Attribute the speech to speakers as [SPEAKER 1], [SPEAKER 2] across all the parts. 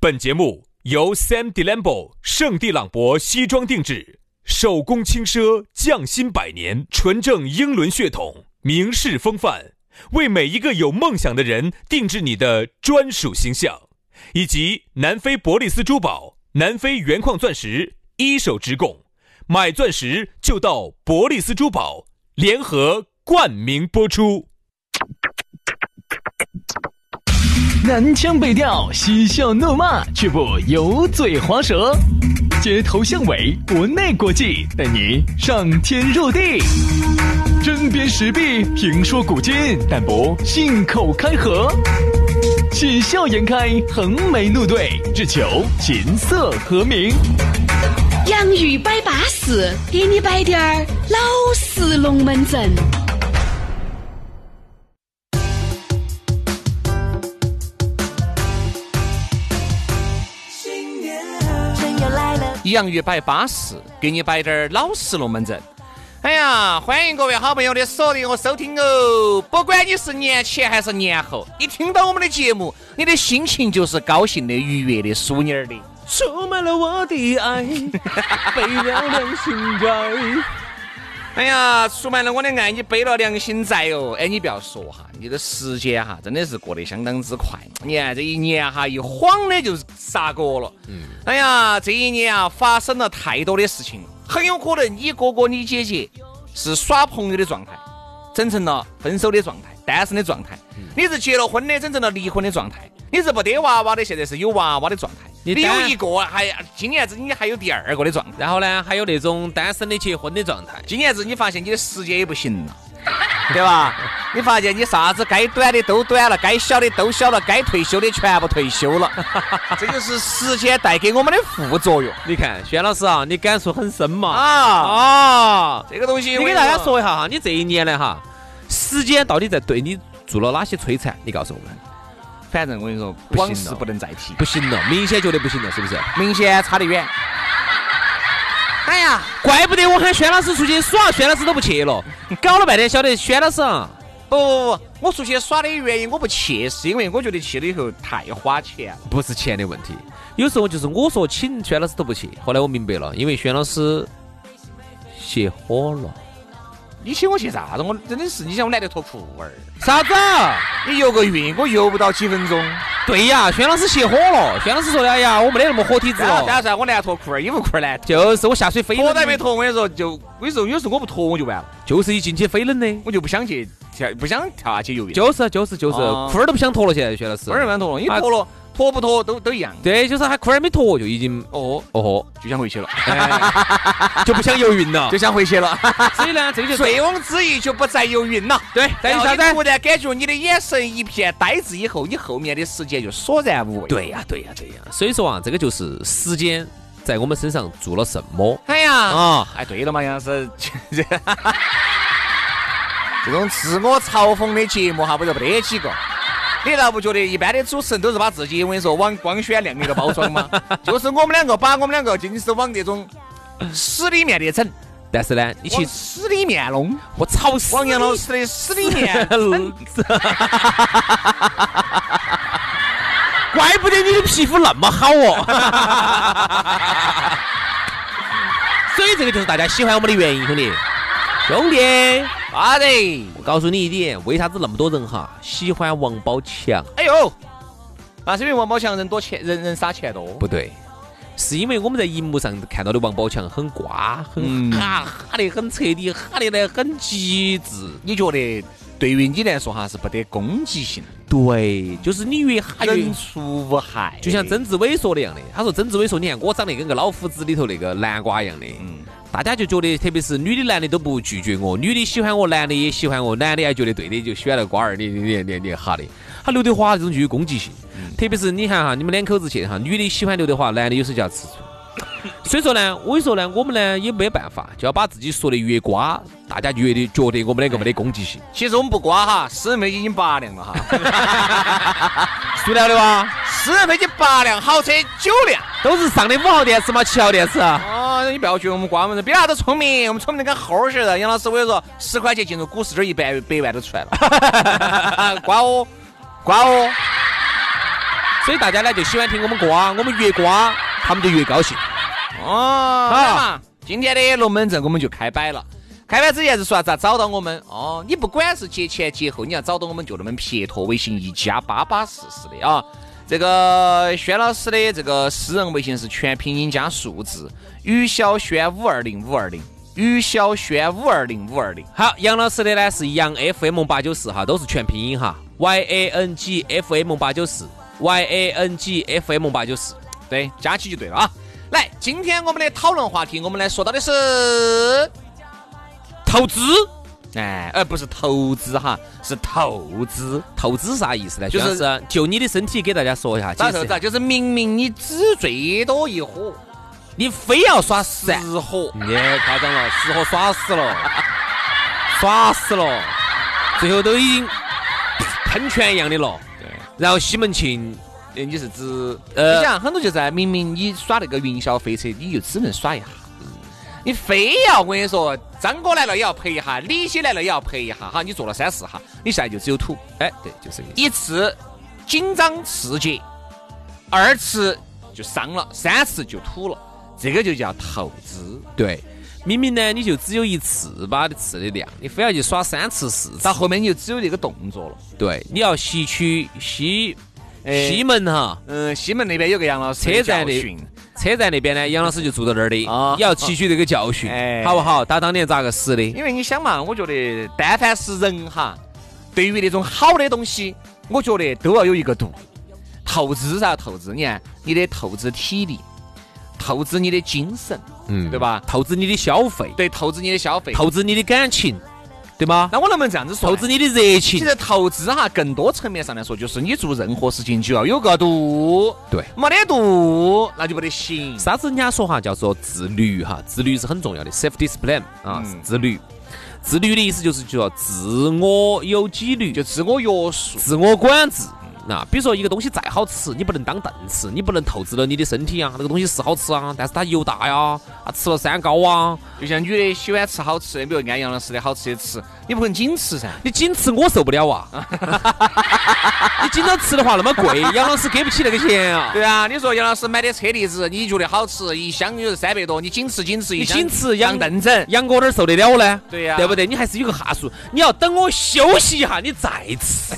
[SPEAKER 1] 本节目由 Sam Delambo 圣地朗博西装定制，手工轻奢，匠心百年，纯正英伦血统，名士风范，为每一个有梦想的人定制你的专属形象。以及南非伯利斯珠宝、南非原矿钻石一手直供，买钻石就到伯利斯珠宝，联合冠名播出。
[SPEAKER 2] 南腔北调，嬉笑怒骂，却不油嘴滑舌，街头巷尾，国内国际，带你上天入地，针砭时弊，评说古今，但不信口开河，喜笑颜开，横眉怒对，只求琴瑟和鸣。
[SPEAKER 3] 洋芋摆巴士，给你摆点儿老式龙门阵。
[SPEAKER 4] 洋芋摆巴士，给你摆点老实龙门阵。哎呀，欢迎各位好朋友的锁定和收听哦！不管你是年前还是年后，一听到我们的节目，你的心情就是高兴的、愉悦的、舒妮儿的。
[SPEAKER 5] 出卖了我的爱，背了良心债。
[SPEAKER 4] 哎呀，出卖了我的爱，你背了良心债哦！哎，你不要说哈，你的时间哈真的是过得相当之快。你看这一年哈一晃的就杀过了。哎呀，这一年啊发生了太多的事情，很有可能你哥哥你姐姐是耍朋友的状态，整成了分手的状态，单身的状态；你是结了婚的，整成了离婚的状态；你是不得娃娃的，现在是有娃娃的状态。你有一个，还今年子你还有第二个的状态，
[SPEAKER 5] 然后呢，还有那种单身的结婚的状态。
[SPEAKER 4] 今年子你发现你的时间也不行了，对吧？你发现你啥子该短的都短了，该小的都小了，该退休的全部退休了。这就是时间带给我们的副作用。
[SPEAKER 5] 你看，轩老师啊，你感触很深嘛。
[SPEAKER 4] 这个东西
[SPEAKER 5] 你给大家说一下哈，你这一年来哈，时间到底在对你做了哪些摧残？你告诉我们。
[SPEAKER 4] 反正我跟你说，往事不能再提，
[SPEAKER 5] 不行了，明显觉得不行了，是不是？
[SPEAKER 4] 明显差得远。哎呀，
[SPEAKER 5] 怪不得我喊轩老师出去耍，轩老师都不去了。搞了半天，晓得轩老师啊，
[SPEAKER 4] 不，我出去耍的原因我不去，是因为我觉得去了以后太花钱。
[SPEAKER 5] 不是钱的问题，有时候就是我说请轩老师都不去。后来我明白了，因为轩老师泄火了。
[SPEAKER 4] 你请我去啥子？我真的是，你想我懒得脱裤儿？
[SPEAKER 5] 啥子？
[SPEAKER 4] 你游个泳，我游不到几分钟。
[SPEAKER 5] 对呀，轩老师泄火了。轩老师说的，哎呀，我没得那么火体质了。
[SPEAKER 4] 但是我懒得脱裤儿，衣服裤儿懒。
[SPEAKER 5] 就是我下水飞冷。
[SPEAKER 4] 脱都没脱，我跟你说，有时候我不脱我就完了。
[SPEAKER 5] 就是一进去飞冷的，
[SPEAKER 4] 我就不想去不想跳下去游泳。
[SPEAKER 5] 就是，裤儿都不想脱了。现在轩老师，
[SPEAKER 4] 裤儿不想脱了，你脱了。脱不脱都一样。
[SPEAKER 5] 对，就是还裤儿没脱就已经
[SPEAKER 4] 就想回去了，
[SPEAKER 5] 就不想游泳了，
[SPEAKER 4] 就想回去了。
[SPEAKER 5] 所以呢，这就
[SPEAKER 4] 醉翁之意就不在游泳了。
[SPEAKER 5] 对，
[SPEAKER 4] 然后你突然感觉你的眼神一片呆滞以后，你后面的时间就索然无味。
[SPEAKER 5] 对呀。所以说啊，这个就是时间在我们身上做了什么。
[SPEAKER 4] 哎呀，对了嘛，杨老师，这种自我嘲讽的节目哈，不就没得几个。你倒不觉得一般的主持人都是把自己我跟你说往光鲜亮丽的包装吗？就是我们两个把我们两个真是往那种死里面的整。
[SPEAKER 5] 但是呢，你去
[SPEAKER 4] 死里面弄，
[SPEAKER 5] 我操
[SPEAKER 4] 王阳老师的死里面
[SPEAKER 5] 怪不得你的皮肤那么好哦。所以这个就是大家喜欢我们的原因，兄弟。我告诉你一点，为啥子那么多人哈喜欢王宝强？
[SPEAKER 4] 哎呦，那是因为王宝强人多钱，人撒钱多？
[SPEAKER 5] 不对，是因为我们在荧幕上看到的王宝强很瓜，很哈得很彻底，哈得很极致。
[SPEAKER 4] 你觉得对于你来说哈是不得攻击性？
[SPEAKER 5] 对，就是你越哈
[SPEAKER 4] 人畜无害。
[SPEAKER 5] 就像曾志伟说的一样的，他说曾志伟说，你看我长得跟个老夫子里头那个南瓜一样的。大家就觉得，特别是女的男的都不拒绝我，女的喜欢我，男的也喜欢我，男的还觉得对的就喜欢那瓜儿，你哈的。他刘德华这种就有攻击性，特别是你看哈，你们两口子去哈，女的喜欢刘德华，男的有时候就要吃醋。所以说呢，我跟你说呢，我们呢也没办法，就要把自己说的越瓜，大家觉得我们两个没得攻击性。
[SPEAKER 4] 其实我们不瓜哈，私人飞机已经8辆了哈，
[SPEAKER 5] 塑料的吧？
[SPEAKER 4] 私人飞机8辆，豪车9辆，
[SPEAKER 5] 都是上的5号电池嘛，7号电池啊。
[SPEAKER 4] 你不要觉得我们瓜，我们比他都聪明，我们聪明的跟猴儿似的。杨老师，我跟你说，10块钱进入股市，这100万都出来了。瓜哦。
[SPEAKER 5] 所以大家呢就喜欢听我们瓜，我们越瓜他们就越高兴。
[SPEAKER 4] 哦，好嘛，今天的龙门阵我们就开摆了。开摆之前是说咋找到我们？哦，你不管是节前节后，你要找到我们就那么撇脱，微信1+8844的啊。这个轩老师的这个私人微信是全拼音加数字，于小轩520520，于小轩520520。
[SPEAKER 5] 好，杨老师的呢是杨 FM894哈，都是全拼音哈 ，YANGFM894，YANGFM894，
[SPEAKER 4] 对，加起就对了啊。来，今天我们的讨论话题，我们来说到的是
[SPEAKER 5] 投资。
[SPEAKER 4] 而不是投资哈，是投资。
[SPEAKER 5] 投资啥意思呢？
[SPEAKER 4] 就是
[SPEAKER 5] 就你的身体给大家说一下。
[SPEAKER 4] 咋投资？就是明明你只最多一伙，
[SPEAKER 5] 你非要耍10
[SPEAKER 4] 伙，
[SPEAKER 5] 你夸张了，10伙耍死了，耍死了，最后都已经喷泉一样的了。
[SPEAKER 4] 对，
[SPEAKER 5] 然后西门庆，
[SPEAKER 4] 你是指你想很多就在明明你耍那个云霄飞车，你就只能耍一下。你非要我跟你说，张哥来了也要赔一下，李些来了也要赔一下，哈，你做了3、4下，你现在就只有吐。
[SPEAKER 5] 哎，对，就是
[SPEAKER 4] 一次紧张刺激，2次就伤了，3次就吐了，这个就叫投资。
[SPEAKER 5] 对，明明呢你就只有1次把的刺的量，你非要去耍3次4次，
[SPEAKER 4] 到后面你就只有这个动作了。
[SPEAKER 5] 对，你要吸取西门哈，
[SPEAKER 4] 西门那边有个杨老师
[SPEAKER 5] 车站的。车站那边呢，杨老师就住到那儿的，你要吸取这个教训，好不好？他当年咋个死的？
[SPEAKER 4] 因为你想嘛，我觉得但凡是人哈，对于那种好的东西，我觉得都要有一个度。投资啥投资？你看，你得投资体力，投资你的精神，对吧？
[SPEAKER 5] 投资你的消费，
[SPEAKER 4] 对，投资你的消费，
[SPEAKER 5] 投资你的感情。对吗？
[SPEAKER 4] 那我能不能这样子说？
[SPEAKER 5] 投资你的热情。
[SPEAKER 4] 其实投资哈，更多层面上来说，就是你做任何事情就要有个度。
[SPEAKER 5] 对，
[SPEAKER 4] 没得度那就不得行。
[SPEAKER 5] 啥子人家说哈，叫做自律哈，自律是很重要的 ，self discipline 啊，自律。自律的意思就是叫自我有纪律，
[SPEAKER 4] 就自我约束、
[SPEAKER 5] 自我管制。那比如说一个东西再好吃，你不能当凳吃，你不能透支了你的身体啊。那个东西是好吃啊，但是它油大呀，吃了3高啊。
[SPEAKER 4] 就像女的喜欢吃好吃的，比如按杨老师的好吃的吃，你不能仅吃噻，
[SPEAKER 5] 你仅吃我受不了啊。你经常吃的话那么贵，杨老师给不起那个钱啊。
[SPEAKER 4] 对啊，你说杨老师买的车厘子，你觉得好吃，一箱就是300多，你仅吃一箱，
[SPEAKER 5] 你仅吃
[SPEAKER 4] 当凳子，
[SPEAKER 5] 杨哥哪儿受得了呢？
[SPEAKER 4] 对呀，
[SPEAKER 5] 对不对？你还是有个下数，你要等我休息一下，你再吃。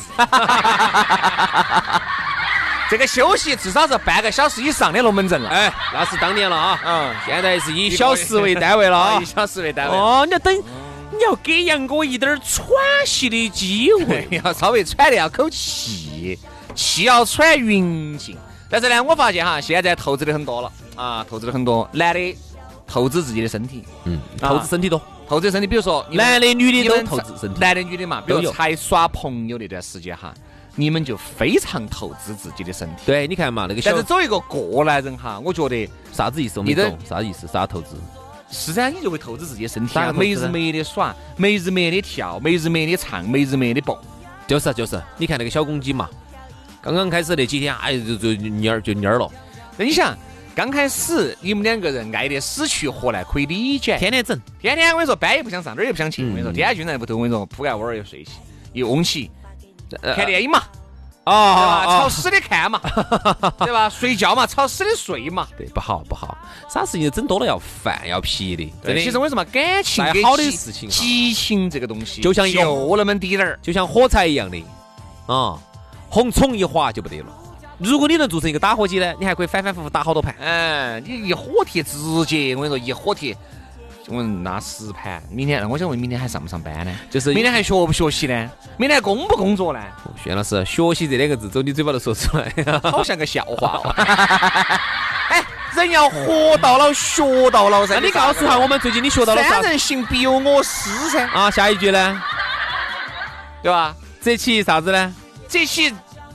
[SPEAKER 4] 这个休息至少是半个小时以上的龙门阵了。
[SPEAKER 5] 哎，那是当年了啊。现在是以小时为单位了啊。
[SPEAKER 4] 以小时为单位。
[SPEAKER 5] 哦，你要等，你要给杨哥一点喘息的机会，
[SPEAKER 4] 要稍微喘的要口气，气要喘匀尽。但是呢，我发现哈，现在投资的很多了啊，投资的很多，男的投资自己的身体，
[SPEAKER 5] 投资身体多，
[SPEAKER 4] 投资身体，比如说
[SPEAKER 5] 男的女的都投资身体，
[SPEAKER 4] 男的女的嘛，比如才耍朋友那段时间哈。你们就非常投资自己的身体。
[SPEAKER 5] 对，你看嘛，那个
[SPEAKER 4] 但是作为一个过来人哈，我觉得
[SPEAKER 5] 啥子意思？我没懂，啥意思？啥投资？
[SPEAKER 4] 是啊，你就会投资自己的身体啊，没日没夜的耍，没日没夜的跳，没日没夜的唱，没日没夜的蹦。
[SPEAKER 5] 就是，你看那个小公鸡嘛，刚刚开始那几天，哎，就蔫儿了。
[SPEAKER 4] 那你想，刚开始你们2个人爱得死去活来，可以理解。
[SPEAKER 5] 天天整，
[SPEAKER 4] 天天我跟你说，班也不想上，哪儿也不想去。我跟你说，天天就在屋头，我跟你说，铺盖窝儿又睡起，又翁起。看电影嘛，对吧？吵死的看嘛，对吧？睡觉嘛，吵死的睡嘛。
[SPEAKER 5] 对，不好，啥事情整多了要烦要皮的。
[SPEAKER 4] 对，其实为什么感情
[SPEAKER 5] 再好的事情，
[SPEAKER 4] 激情这个东西，
[SPEAKER 5] 就像
[SPEAKER 4] 有那么滴点儿，
[SPEAKER 5] 就像火柴一样的啊，红葱一划就不得了。如果你能做成一个打火机呢，你还可以反反复复打好多盘。
[SPEAKER 4] 你一火贴直接，我跟你说，一火贴。我们拿10盘，明天我想问，明天还上不上班呢？就是明天还学不学习呢？明天还工不工作呢？
[SPEAKER 5] 轩老师，学习这2个字从你嘴巴头说出来，
[SPEAKER 4] 好像个笑话。哎，人要活到老，学到老噻。
[SPEAKER 5] 那你告诉下我们最近你学到了啥？
[SPEAKER 4] 三人行必有我师噻。
[SPEAKER 5] 啊，下一句呢？
[SPEAKER 4] 对吧？
[SPEAKER 5] 这期啥子呢？
[SPEAKER 4] 这期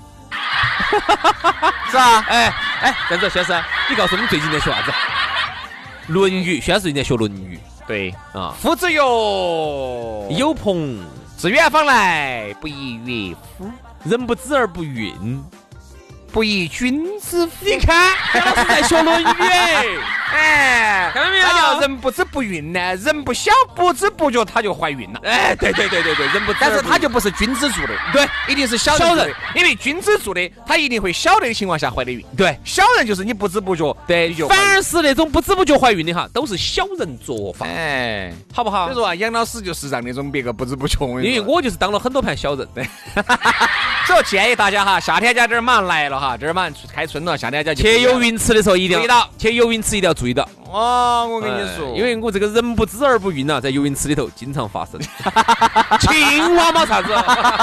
[SPEAKER 4] 是吧？
[SPEAKER 5] 哎，这样子，轩师，你告诉我们最近在学啥子？《论语》，轩师最近在学《论语》。
[SPEAKER 4] 对
[SPEAKER 5] 啊，
[SPEAKER 4] 夫子曰：“
[SPEAKER 5] 有朋
[SPEAKER 4] 自远方来，不亦乐乎？
[SPEAKER 5] 人不知而不愠，
[SPEAKER 4] 不亦君子乎？”
[SPEAKER 5] 你看，轩老师在学《论语》。
[SPEAKER 4] 哎，
[SPEAKER 5] 看到没有？
[SPEAKER 4] 那叫人不知不孕呢，人不晓不知不觉他就怀孕了。
[SPEAKER 5] 哎，对，人不知，
[SPEAKER 4] 但是他就不是君子做的，
[SPEAKER 5] 对，
[SPEAKER 4] 一定是小人做的，因为君子做的，他一定会晓得的情况下怀的孕。
[SPEAKER 5] 对，
[SPEAKER 4] 小人就是你不知不觉，
[SPEAKER 5] 对，反而是那种不知不觉怀孕的哈，都是小人做法，
[SPEAKER 4] 哎，
[SPEAKER 5] 好不好？
[SPEAKER 4] 所以说啊，杨老师就是让那种别个不知不觉，
[SPEAKER 5] 因为我就是当了很多盘小人。对，
[SPEAKER 4] 所以建议大家哈，夏天家这儿马上来了哈，这儿马上开春了，夏天家
[SPEAKER 5] 去游泳池的时候一定要
[SPEAKER 4] 注意到，
[SPEAKER 5] 去游泳池一定要注意到。
[SPEAKER 4] 哦，我跟你说，
[SPEAKER 5] 因为我这个人不知而不孕啊，在游泳池里头经常发生。青蛙嘛，啥子？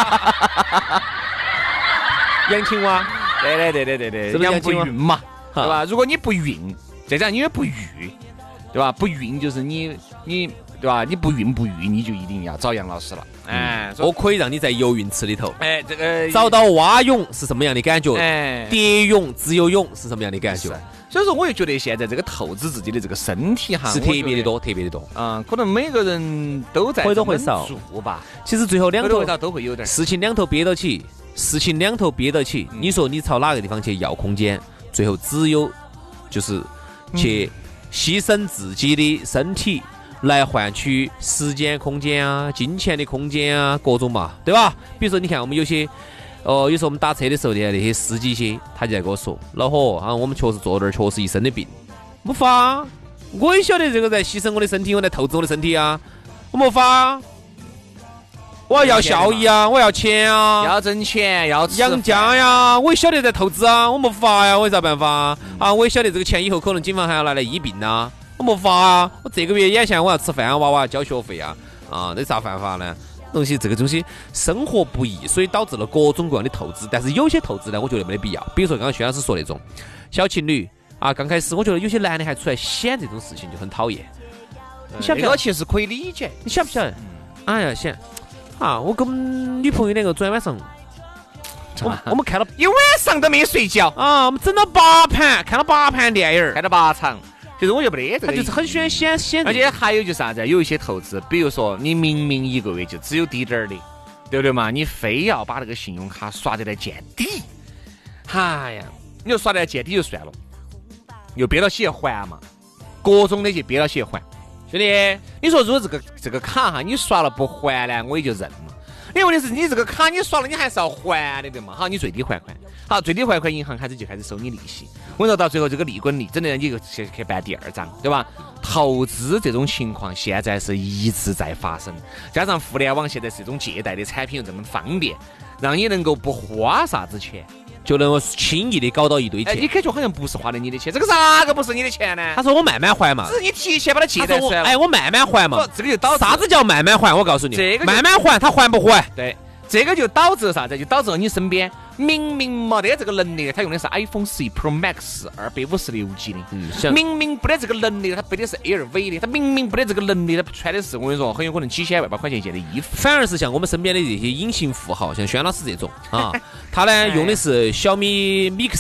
[SPEAKER 5] 养青蛙？
[SPEAKER 4] 对，
[SPEAKER 5] 是不是
[SPEAKER 4] 养不孕嘛，
[SPEAKER 5] 对
[SPEAKER 4] 吧？如果你不孕，再讲因为不育，对吧？不孕就是你对吧？你不孕不育，你就一定要找杨老师了。哎，
[SPEAKER 5] 我可以让你在游泳池里头，
[SPEAKER 4] 哎，这个
[SPEAKER 5] 找到蛙泳是什么样的感觉？
[SPEAKER 4] 哎，
[SPEAKER 5] 蝶泳、自由泳是什么样的感觉？
[SPEAKER 4] 所以说，我就觉得现在这个透支自己的这个身体哈，
[SPEAKER 5] 是特别的多，特别的多。
[SPEAKER 4] 可能每个人都在
[SPEAKER 5] 或多或少
[SPEAKER 4] 做吧。
[SPEAKER 5] 其实最后两头
[SPEAKER 4] 都会有点
[SPEAKER 5] 事情两头憋到起，你说你朝哪个地方去要空间，最后只有就是去牺牲自己的身体来换取时间空间啊、金钱的空间啊，各种嘛，对吧？比如说你看我们有些。有时候我们打车的时候呢，那些司机些，他就在跟我说：“老伙啊，我们确实坐这儿，确实一身的病，没法。我也晓得这个在牺牲我的身体，我在透支我的身体啊，我没法。我要效益啊，我要钱啊，
[SPEAKER 4] 要挣钱，要
[SPEAKER 5] 养家呀，我也晓得在透支啊，我没法呀，我有啥办法啊？我也晓得这个钱以后可能警方还要拿来医病啊，我没法啊。我这个月眼前我要吃饭，娃娃要交学费啊，那啥办法呢？”这个东西生活不易，所以导致了各种各样的透支。但是有些透支呢，我觉得没得必要。比如说刚刚薛老师说那种小情侣啊，刚开始我觉得有些男的还出来显这种事情就很讨厌。你晓不晓得？
[SPEAKER 4] 其实可以理解。
[SPEAKER 5] 你晓不晓得？哎呀，显啊！我跟我们女朋友两个昨天晚上，我们看了
[SPEAKER 4] 一晚上都没睡觉
[SPEAKER 5] 啊，我们整了8盘，看了8盘电影，
[SPEAKER 4] 看了8场。其实我就没得这个，
[SPEAKER 5] 他就是很喜欢显，
[SPEAKER 4] 而且还有就是啥子，有一些透支，比如说你明明一个月就只有滴点儿的，对不对嘛？你非要把那个信用卡刷得来见底，哎呀，你就刷得来见底就算了，又憋到起还嘛，各种的去憋到起还。兄弟，你说如果这个卡哈，你刷了不还呢，我也就认了。因为问题是你这个卡你刷了，你还是要还的，对嘛？好，你最低还款，好，最低还款，银行开始收你利息。我说到最后这个利滚利，真的你就去办第二张，对吧？投资这种情况现在是一直在发生，加上互联网现在是这种借贷的产品又这么方便，让你能够不花啥子钱，
[SPEAKER 5] 就能够轻易的搞到一堆钱。
[SPEAKER 4] 你感觉好像不是花的你的钱，这个啥个不是你的钱呢？
[SPEAKER 5] 他说我慢慢还嘛，
[SPEAKER 4] 只是你提前把它借贷出来了。
[SPEAKER 5] 我慢慢还嘛，
[SPEAKER 4] 这个就导致
[SPEAKER 5] 啥子叫慢慢还？我告诉你，
[SPEAKER 4] 这个
[SPEAKER 5] 慢慢还，他还不还？
[SPEAKER 4] 对。这个就导致啥子？就导致了你身边明明没得这个能力，他用的是 iPhone 11 Pro Max 256G 的，明明不得这个能力，他背的是 LV 的，他明明不得这个能力，他穿的是我跟你说，很有可能几千万把块钱一件的衣服。
[SPEAKER 5] 反而是像我们身边的这些隐形富豪，像轩老师这种啊，他呢用的是小米 Mix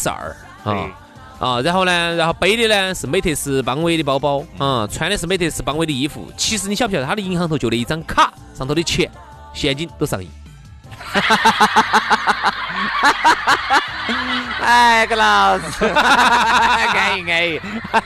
[SPEAKER 5] 2然后背的呢是美特斯邦威的包包穿的是美特斯邦威的衣服。其实你晓不晓得，他的银行头就那一张卡上头的钱现金都上亿。
[SPEAKER 4] 哎，个老子，安逸，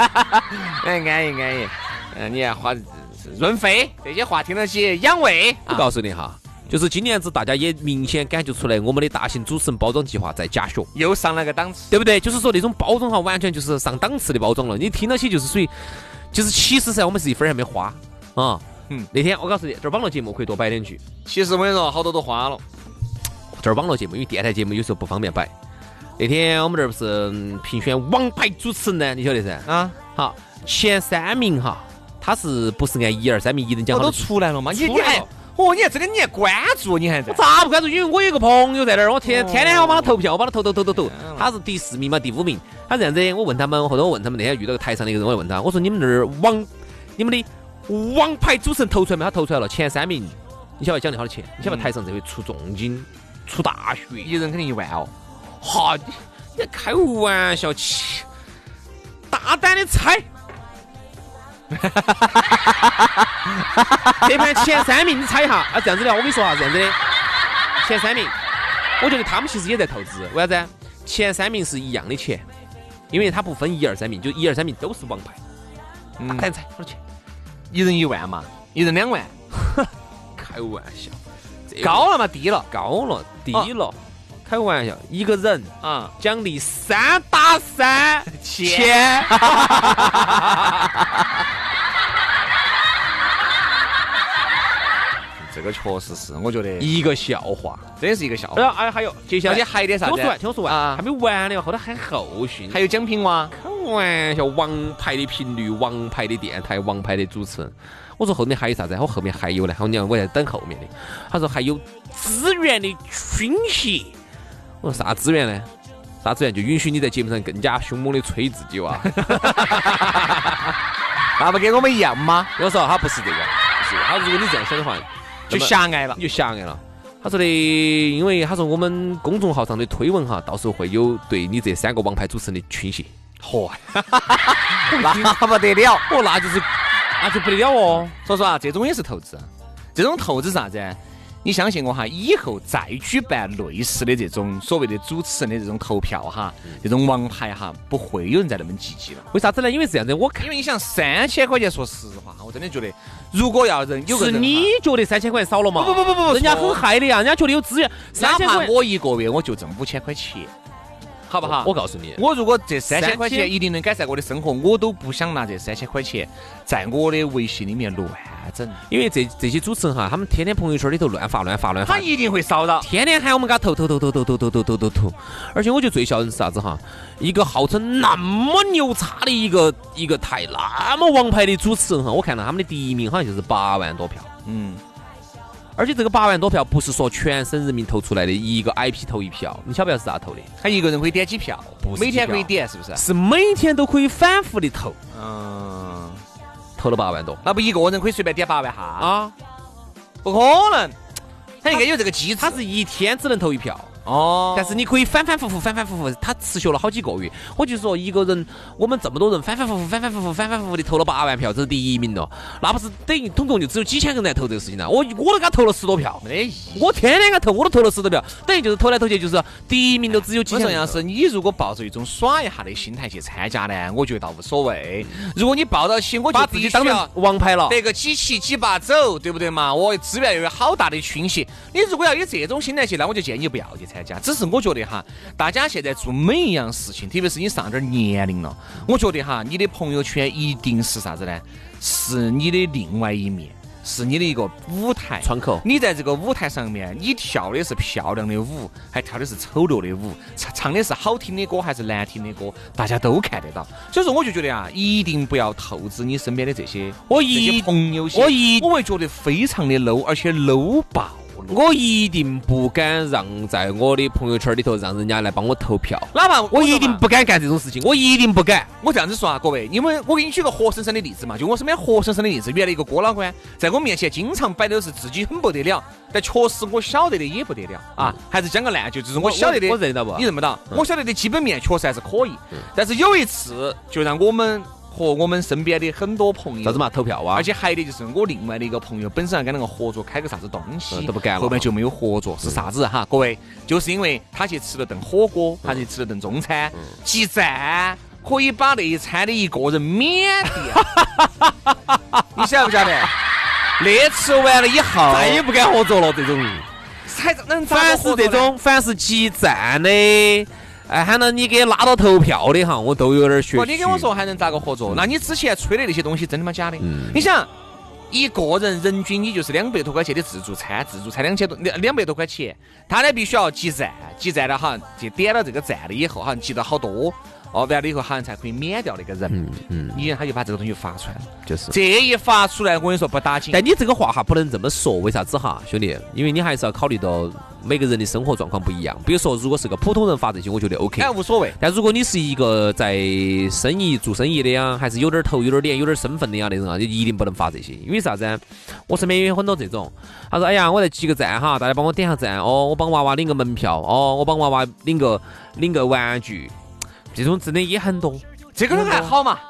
[SPEAKER 4] 你要花润肺这些话听得起，养胃。
[SPEAKER 5] 我告诉你哈，就是今年子大家也明显感觉出来，我们的大型主持人包装计划在加血，
[SPEAKER 4] 又上了个档次，
[SPEAKER 5] 对不对？就是说那种包装哈，完全就是上档次的包装了。你听到起就是属于，就是其实噻，我们是一分还没花啊。那天我告诉你，这儿网络节目可以多摆两句。
[SPEAKER 4] 其实我跟你说，好多都花了。
[SPEAKER 5] 这儿网络节目，因为电台节目有时候不方便摆。那天我们这儿不是评选王牌主持人呢，你晓得噻？好，前3名哈，他是不是按1、2、3名一等奖
[SPEAKER 4] 都出来了吗？
[SPEAKER 5] 你还
[SPEAKER 4] 你这个你还关注，你还在？
[SPEAKER 5] 我咋不关注？因为我有一个朋友在那儿，我天天我帮他投票，我帮他投。他是第4名嘛，第5名。他这样子，我问他们，后头我问他们，那天遇到个台上的一个人，我问他，我说你们那儿你们的王牌主持人投出来没？他投出来了，前3名。你晓得奖励好多钱？你晓得台上这回出重金？出大血，
[SPEAKER 4] 一人肯定1万哦！
[SPEAKER 5] 哈，你开玩笑，大胆的猜，这盘前3名你猜一下啊？这样子的，我跟你说哈，这样子的，前3名，我觉得他们其实也在投资，为啥子？前3名是一样的钱，因为他不分1、2、3名，就1、2、3名都是王牌， 大盘菜多少钱？
[SPEAKER 4] 一人1万嘛，一人2万。
[SPEAKER 5] 开玩笑，
[SPEAKER 4] 高了嘛，低了，
[SPEAKER 5] 高了，低了。开玩笑，一个人
[SPEAKER 4] 啊，
[SPEAKER 5] 奖励3打3钱。
[SPEAKER 4] 这个确实是，我觉得
[SPEAKER 5] 一个笑话，
[SPEAKER 4] 真是一个笑话。
[SPEAKER 5] 还有接下来，
[SPEAKER 4] 而且还有点啥子？
[SPEAKER 5] 听我说完，还没完呢，后头还后续，
[SPEAKER 4] 还有奖品哇！
[SPEAKER 5] 开玩笑，王牌的频率，王牌的电台，王牌的主持人。我说后面还有啥子？我后面还有呢，我在等后面的。他说还有资源的倾斜。我说啥资源呢？啥资源？就允许你在节目上更加凶猛的吹自己哇！
[SPEAKER 4] 那不跟我们一样吗？
[SPEAKER 5] 我说他不是这个，不是他。如果你这样想的话，
[SPEAKER 4] 就狭隘了，
[SPEAKER 5] 你就狭隘了。他说的，因为他说我们公众号上的推文哈，到时候会有对你这3个王牌主持人的倾斜。嚯，
[SPEAKER 4] 那不得了！
[SPEAKER 5] 哦，那就不得了哦。
[SPEAKER 4] 所以说啊，这种也是投资。这种投资啥子？你相信我哈，以后再举办类似的这种所谓的主持人的这种投票哈，这种王牌哈，不会有人再那么积极了。
[SPEAKER 5] 为啥子呢？因为是这样子，我看，
[SPEAKER 4] 因为你想3000块钱，说实话，我真的觉得，如果要人有个人，
[SPEAKER 5] 是你觉得3000块钱少了吗？
[SPEAKER 4] 不，
[SPEAKER 5] 人家很嗨的呀，人家觉得有资源。
[SPEAKER 4] 哪怕我一个月我就挣5000块钱。好不好？
[SPEAKER 5] 我告诉你，
[SPEAKER 4] 我如果这3000块钱一定能改善我的生活，我都不想拿这3000块钱在我的微信里面乱整。
[SPEAKER 5] 因为这些主持人哈，他们天天朋友圈里头乱发，
[SPEAKER 4] 他一定会骚扰，
[SPEAKER 5] 天天喊我们给他投。而且我觉得最笑人是啥子哈？一个号称那么牛叉的一个台，那么王牌的主持人哈，我看到他们的第1名好像就是8万多票。而且这个8万多票不是说全省人民投出来的，一个 IP 投1票，你晓不晓得是咋投的？
[SPEAKER 4] 他一个人可以点几票？每天可以点，是不是？
[SPEAKER 5] 是每天都可以反复的投。投了8万多，
[SPEAKER 4] 那不一个人可以随便点8万哈？
[SPEAKER 5] 啊，
[SPEAKER 4] 不可能，他应该有这个机制。
[SPEAKER 5] 他是一天只能投1票。但是你可以反反复复，他持续了好几个月。我就说一个人，我们这么多人反反复复的投了8万票，这是第1名了，那不是等于总共就只有几千个人来投这个事情了？我都给他投了10多票，我天天给他投，我都投了10多票，等于就是投来投去就是第1名都只有几千个人。
[SPEAKER 4] 要是你如果抱着一种耍一下的心态去参加呢，我觉得倒无所谓。如果你抱到起，我就
[SPEAKER 5] 把自己当成王牌了，
[SPEAKER 4] 得个几骑几把走，对不对嘛？我资源又有好大的倾斜。你如果要以这种心态去，那我就建议不要去参加。只是我觉得哈，大家现在做每一样事情，特别是你上点年龄了，我觉得哈，你的朋友圈一定是啥子呢？是你的另外一面，是你的一个舞台
[SPEAKER 5] 窗口。
[SPEAKER 4] 你在这个舞台上面，你跳的是漂亮的舞，还跳的是丑陋的舞，唱的是好听的歌还是难听的歌，大家都看得到。所以说，我就觉得啊，一定不要透支你身边的这些朋友圈，我会觉得非常的 low， 而且 low 爆。
[SPEAKER 5] 我一定不敢让在我的朋友圈里头让人家来帮我投票，
[SPEAKER 4] 哪怕
[SPEAKER 5] 我一定不敢干这种事情，我一定不敢。
[SPEAKER 4] 我这样子说啊，各位，因为我给你举个活生生的例子嘛，就我身边活生生的例子，原来一个郭老倌在我面前经常摆的是自己很不得了，但确实我晓得的也不得了啊，还是讲个烂句，就是我晓得的，
[SPEAKER 5] 我认到不？
[SPEAKER 4] 你认不到？我晓得的基本面确实还是可以，但是有一次就让我们和我们身边的很多朋友
[SPEAKER 5] 啥子嘛投票啊，
[SPEAKER 4] 而且还的就是我另外的一个朋友本身要跟那个合作开个啥子东西，
[SPEAKER 5] 都不干了，
[SPEAKER 4] 后面就没有合作，是啥子哈？各位，就是因为他去吃了顿火锅，他去吃了顿中餐，集赞可以把那一餐的一个人免掉，你晓不晓得？那吃完了以后
[SPEAKER 5] 再也不敢合作了，这种
[SPEAKER 4] 才能
[SPEAKER 5] 凡是这种凡是集赞的。喊到你给拉到投票的哈，我都有点学。
[SPEAKER 4] 你跟我说还能咋个合作？那你之前吹的那些东西真的吗？假的？你想一个人人均你就是200多块钱的自助餐200多块钱，他呢必须要集赞了哈，就点了这个赞了以后哈，集到好多。完了以后好像才可以免掉那个人，他就把这个东西发出来了，
[SPEAKER 5] 就是
[SPEAKER 4] 这一发出来，我跟你说不打紧。
[SPEAKER 5] 但你这个话哈不能这么说，为啥子哈，兄弟？因为你还是要考虑到每个人的生活状况不一样。比如说，如果是个普通人发这些，我觉得 OK，
[SPEAKER 4] 无所谓。
[SPEAKER 5] 但如果你是一个在做生意的呀，还是有点头、有点脸、有点身份的呀那种啊，就一定不能发这些。因为啥子？我身边也有很多这种，他说：“哎呀，我再集个赞哈，大家帮我点下赞哦，我帮娃娃领个门票哦，我帮娃娃领个玩具。”这种真的也很多，
[SPEAKER 4] 这个人还好嘛，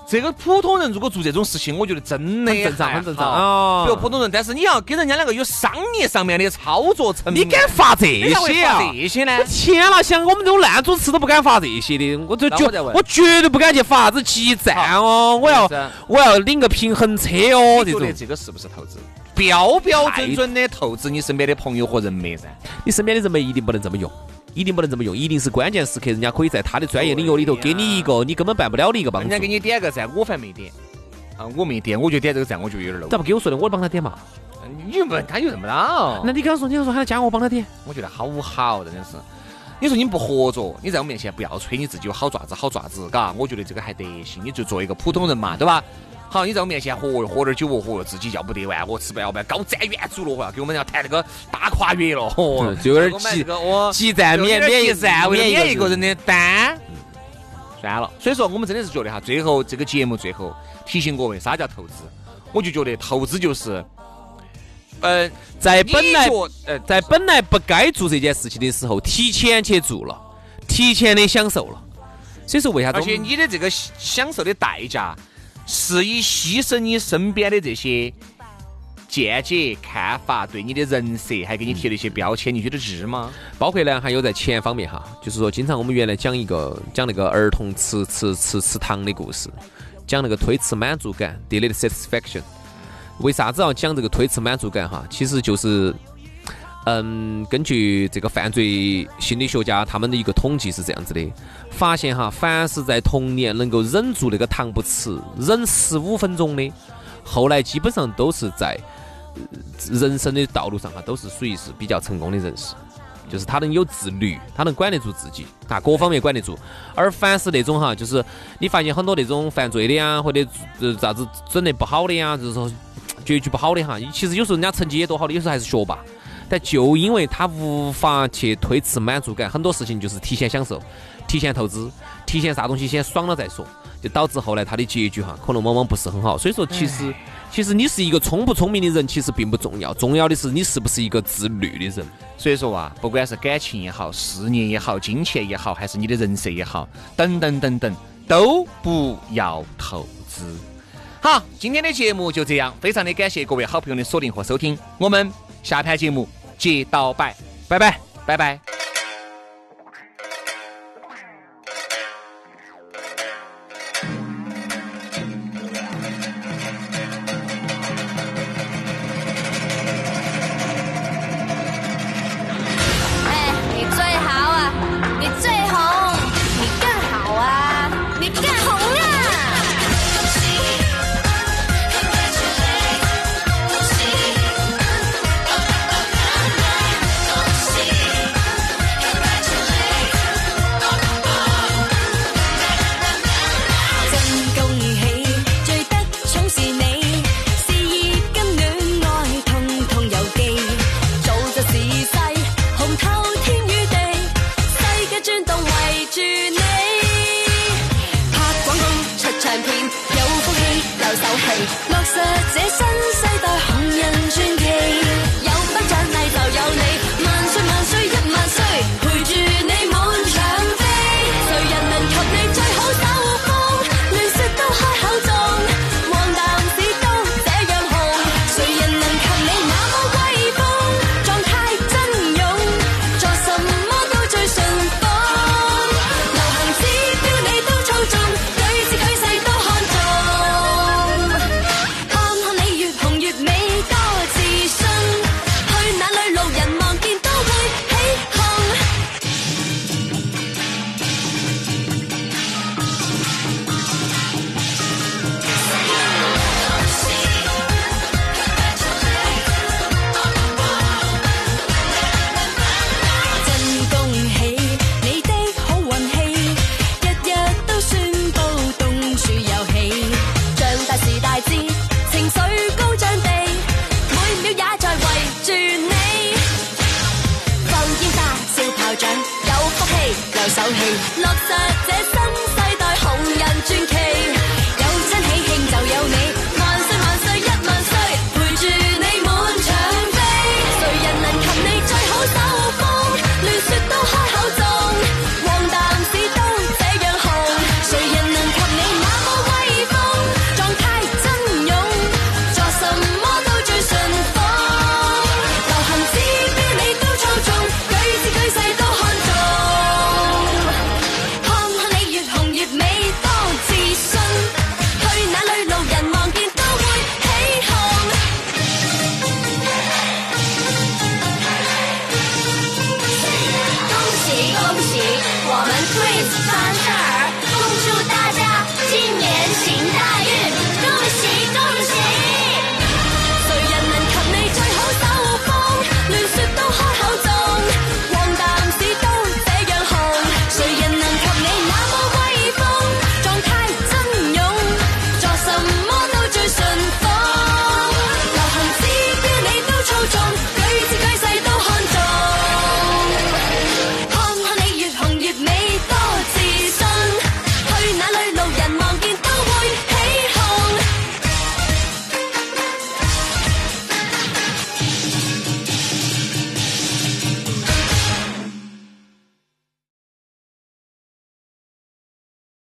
[SPEAKER 4] 这个普通人如果做这种事情，我觉得真的
[SPEAKER 5] 很正常，很正常
[SPEAKER 4] 啊。比如普通人，但是你要跟人家两个有商业上面的操作层面，
[SPEAKER 5] 你敢发这些啊？
[SPEAKER 4] 这些呢？
[SPEAKER 5] 天了，像我们这种烂主持都不敢发这些的，我绝对不敢去发啥子基站哦，我要领个平衡车哦，
[SPEAKER 4] 这种这个是不是投资？标标准准的投资你身边的朋友和人脉噻，
[SPEAKER 5] 你身边的人脉一定不能这么用。一定是关键时刻，人家可以在他的专业领域里头给你一个你根本办不了的一个帮助。
[SPEAKER 4] 人家给你点个赞，我反没点啊，我没点，我就点这个赞，我就有点 low。
[SPEAKER 5] 咋不给我说的？我帮他点嘛。
[SPEAKER 4] 你问他又认不到。
[SPEAKER 5] 那你跟他说，喊他加我帮他点。
[SPEAKER 4] 我觉得好，真的是。你说你不合作，你在我面前不要吹你自己有好爪子，嘎，我觉得这个还得行。你就做一个普通人嘛，对吧？好，你在我面前喝点酒哦，自己要不得完，我吃不了高瞻远瞩了，要给我们要谈那个大跨越了，
[SPEAKER 5] 就有点集赞免
[SPEAKER 4] 一个人的单，算了。所以说，我们真的是觉得哈，最后这个节目最后提醒各位，啥叫投资？我就觉得投资就是，
[SPEAKER 5] 在本来不该做这件事情的时候，提前去做了，提前的享受了。所以说，为啥子？
[SPEAKER 4] 而且你的这个享受的代价。是以牺牲你身边的这些见解、看法，对你的人设，还给你贴了一些标签，你觉得值吗？
[SPEAKER 5] 包括呢，还有在钱方面哈，就是说，经常我们原来讲那个儿童吃糖的故事，讲那个推迟满足感 （delayed satisfaction）。为啥子要讲这个推迟满足感哈？其实就是，根据这个犯罪心理学家他们的一个统计是这样子的。发现哈，凡是在童年能够忍住那个糖不吃，忍15分钟的，后来基本上都是在人生的道路上哈，都是属于是比较成功的人士，就是他能有自律，他能管得住自己，他各方面管得住。而凡是那种哈，就是你发现很多那种犯罪的呀，或者啥子整得不好的呀，就是说结局不好的哈，其实有时候人家成绩也多好的，有时候还是学霸。但就因为他无法去推迟满足感，很多事情就是提前享受、提前投资、提前啥东西先爽了再说，就导致后来他的结局哈，可能往往不是很好。所以说，其实你是一个聪不聪明的人，其实并不重要，重要的是你是不是一个自律的人。
[SPEAKER 4] 所以说啊，不管是感情也好，事业也好，金钱也好，还是你的人设也好，等等，都不要投资。好，今天的节目就这样，非常的感谢各位好朋友的锁定和收听，我们下盘节目接到拜拜。